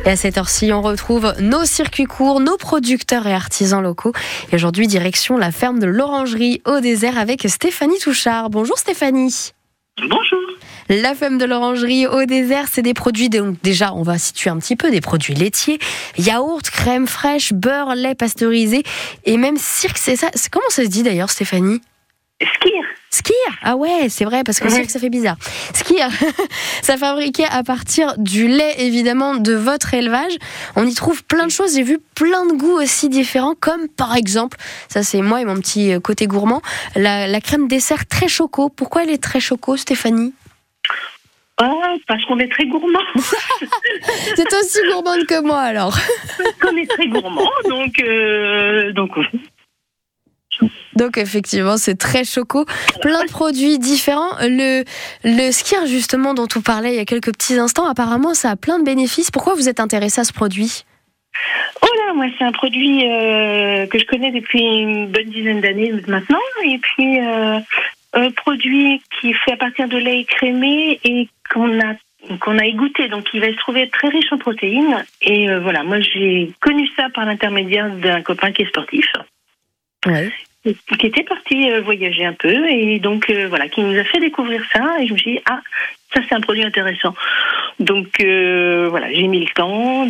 Et à cette heure-ci, on retrouve nos circuits courts, nos producteurs et artisans locaux. Et aujourd'hui, direction la ferme de l'Orangerie au Désert avec Stéphanie Touchard. Bonjour Stéphanie. Bonjour. La ferme de l'Orangerie au Désert, c'est des produits, donc déjà, on va situer un petit peu, des produits laitiers, yaourt, crème fraîche, beurre, lait pasteurisé et même cirque, c'est ça. Comment ça se dit d'ailleurs, Stéphanie ? Skyr. Ah ouais, c'est vrai, parce que cirque, ça fait bizarre. Skyr, ça fabriqué à partir du lait, évidemment, de votre élevage. On y trouve plein de choses. J'ai vu plein de goûts aussi différents, comme par exemple, ça c'est moi et mon petit côté gourmand, la crème dessert très choco. Pourquoi elle est très choco, Stéphanie ? Parce qu'on est très gourmand. C'est aussi gourmande que moi, alors. Parce qu'on est très gourmand, donc. Donc effectivement, c'est très choco. Plein de produits différents. Le Skyr, justement, dont on parlait il y a quelques petits instants, apparemment, ça a plein de bénéfices. Pourquoi vous êtes intéressé à ce produit ? Moi, c'est un produit que je connais depuis une bonne dizaine d'années maintenant. Et puis, un produit qui fait à partir de lait écrémé et qu'on a égoutté, donc il va se trouver très riche en protéines. Et moi, j'ai connu ça par l'intermédiaire d'un copain qui est sportif. Ouais. Qui était parti voyager un peu et donc qui nous a fait découvrir ça et je me suis dit ça c'est un produit intéressant, donc j'ai mis le temps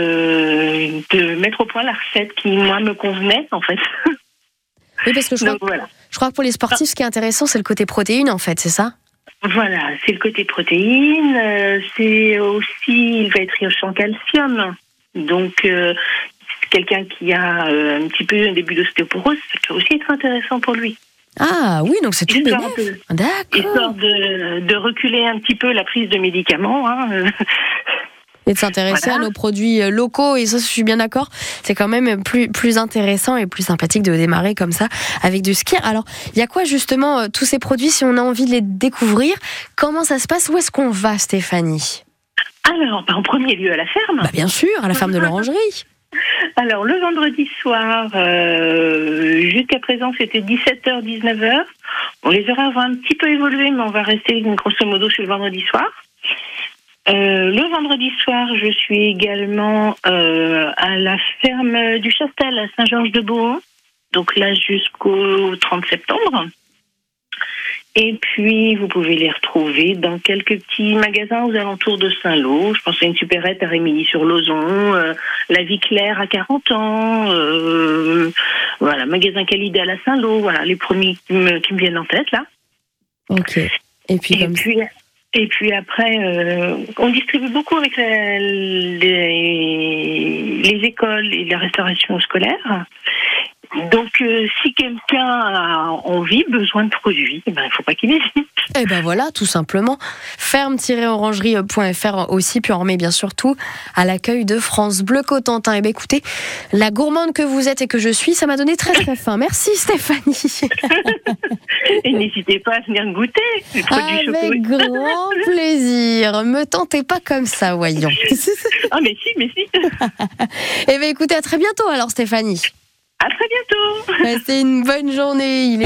de mettre au point la recette qui moi me convenait en fait. Oui, parce que je crois que pour les sportifs ce qui est intéressant c'est le côté protéines en fait, c'est ça ? Voilà, c'est le côté protéines, c'est aussi il va être riche en calcium, donc quelqu'un qui a un petit peu un début d'ostéoporose, ça peut aussi être intéressant pour lui. Ah oui, donc c'est tout bénéfique. D'accord. Histoire de reculer un petit peu la prise de médicaments. Et de s'intéresser à nos produits locaux, et ça, je suis bien d'accord. C'est quand même plus intéressant et plus sympathique de démarrer comme ça avec du Skyr. Alors, il y a quoi justement, tous ces produits, si on a envie de les découvrir, comment ça se passe ? Où est-ce qu'on va, Stéphanie ? Alors, en premier lieu à la ferme. Bien sûr, à la ferme de l'Orangerie. Alors, le vendredi soir, jusqu'à présent, c'était 17h, 19h. Les horaires vont un petit peu évoluer, mais on va rester grosso modo sur le vendredi soir. Le vendredi soir, je suis également à la ferme du Chastel, à Saint-Georges-de-Beauhaut. Donc là, jusqu'au 30 septembre. Et puis, vous pouvez les retrouver dans quelques petits magasins aux alentours de Saint-Lô. Je pense à une supérette à Rémilly-sur-Lozon, La Vie Claire à 40 ans, magasin Calidel à Saint-Lô. Voilà, les premiers qui me viennent en tête, là. Ok. Et puis après, on distribue beaucoup avec les écoles et la restauration scolaire. Donc, si quelqu'un a besoin de produits, il ne faut pas qu'il hésite. Et voilà, tout simplement. Ferme-orangerie.fr aussi, puis on remet bien sûr tout à l'accueil de France Bleu Cotentin. Écoutez, la gourmande que vous êtes et que je suis, ça m'a donné très très faim. Merci Stéphanie. Et n'hésitez pas à venir goûter les produits chocos. Avec grand plaisir. Me tentez pas comme ça, voyons. Mais si. Écoutez, à très bientôt alors Stéphanie. À très bientôt. Passez une bonne journée.